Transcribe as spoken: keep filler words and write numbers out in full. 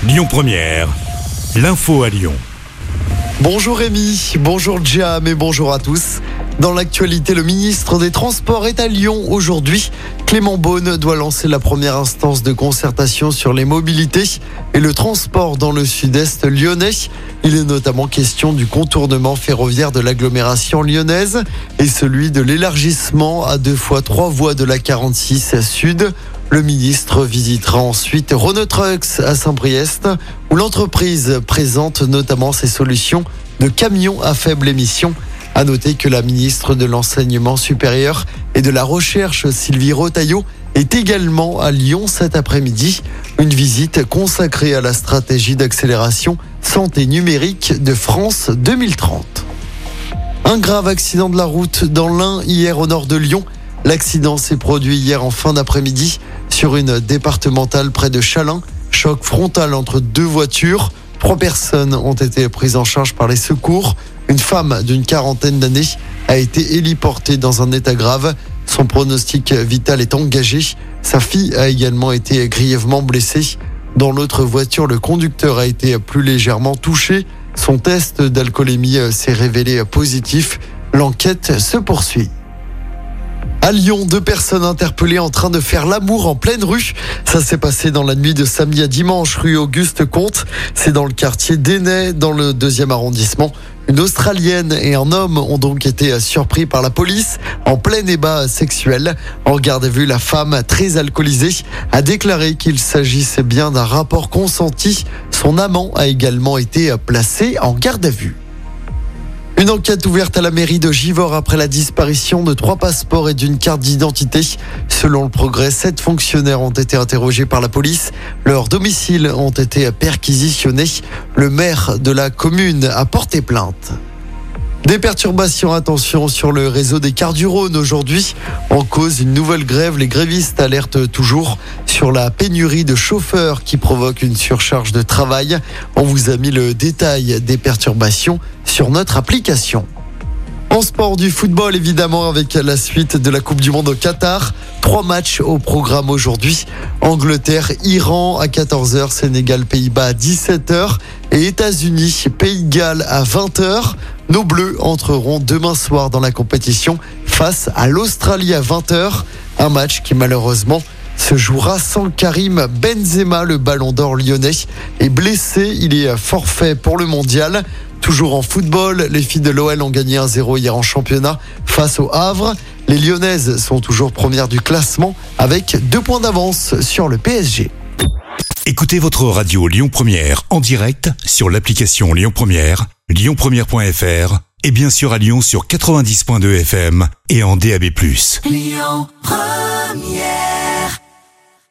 Lyon Première, l'info à Lyon. Bonjour Rémi, bonjour Jam et bonjour à tous. Dans l'actualité, le ministre des Transports est à Lyon aujourd'hui. Clément Beaune doit lancer la première instance de concertation sur les mobilités et le transport dans le sud-est lyonnais. Il est notamment question du contournement ferroviaire de l'agglomération lyonnaise et celui de l'élargissement à deux fois trois voies de la quarante-six Sud. Le ministre visitera ensuite Renault Trucks à Saint-Priest, où l'entreprise présente notamment ses solutions de camions à faible émission. À noter que la ministre de l'Enseignement supérieur et de la Recherche, Sylvie Retailleau, est également à Lyon cet après-midi. Une visite consacrée à la stratégie d'accélération santé numérique de France deux mille trente. Un grave accident de la route dans l'Ain hier au nord de Lyon. L'accident s'est produit hier en fin d'après-midi sur une départementale près de Chalain. Choc frontal entre deux voitures. Trois personnes ont été prises en charge par les secours. Une femme d'une quarantaine d'années a été héliportée dans un état grave. Son pronostic vital est engagé. Sa fille a également été grièvement blessée. Dans l'autre voiture, le conducteur a été plus légèrement touché. Son test d'alcoolémie s'est révélé positif. L'enquête se poursuit. À Lyon, deux personnes interpellées en train de faire l'amour en pleine rue. Ça s'est passé dans la nuit de samedi à dimanche, rue Auguste Comte. C'est dans le quartier d'Enay, dans le deuxième arrondissement. Une Australienne et un homme ont donc été surpris par la police en plein ébat sexuel. En garde à vue, la femme, très alcoolisée, a déclaré qu'il s'agissait bien d'un rapport consenti. Son amant a également été placé en garde à vue. Une enquête ouverte à la mairie de Givors après la disparition de trois passeports et d'une carte d'identité. Selon le Progrès, sept fonctionnaires ont été interrogés par la police. Leurs domiciles ont été perquisitionnés. Le maire de la commune a porté plainte. Des perturbations, attention, sur le réseau des cars du Rhône aujourd'hui. En cause, une nouvelle grève. Les grévistes alertent toujours sur la pénurie de chauffeurs qui provoque une surcharge de travail. On vous a mis le détail des perturbations sur notre application. En sport, du football évidemment avec la suite de la Coupe du Monde au Qatar. Trois matchs au programme aujourd'hui. Angleterre, Iran à quatorze heures, Sénégal, Pays-Bas à dix-sept heures et États-Unis, Pays de Galles à vingt heures. Nos Bleus entreront demain soir dans la compétition face à l'Australie à vingt heures. Un match qui malheureusement se jouera sans Karim Benzema. Le ballon d'or lyonnais est blessé. Il est forfait pour le mondial. Toujours en football, les filles de l'O L ont gagné un zéro hier en championnat face au Havre. Les Lyonnaises sont toujours premières du classement avec deux points d'avance sur le P S G. Écoutez votre radio Lyon Première en direct sur l'application Lyon Première, lyon première point f r et bien sûr à Lyon sur quatre-vingt-dix point deux F M et en D A B plus. Lyon Première.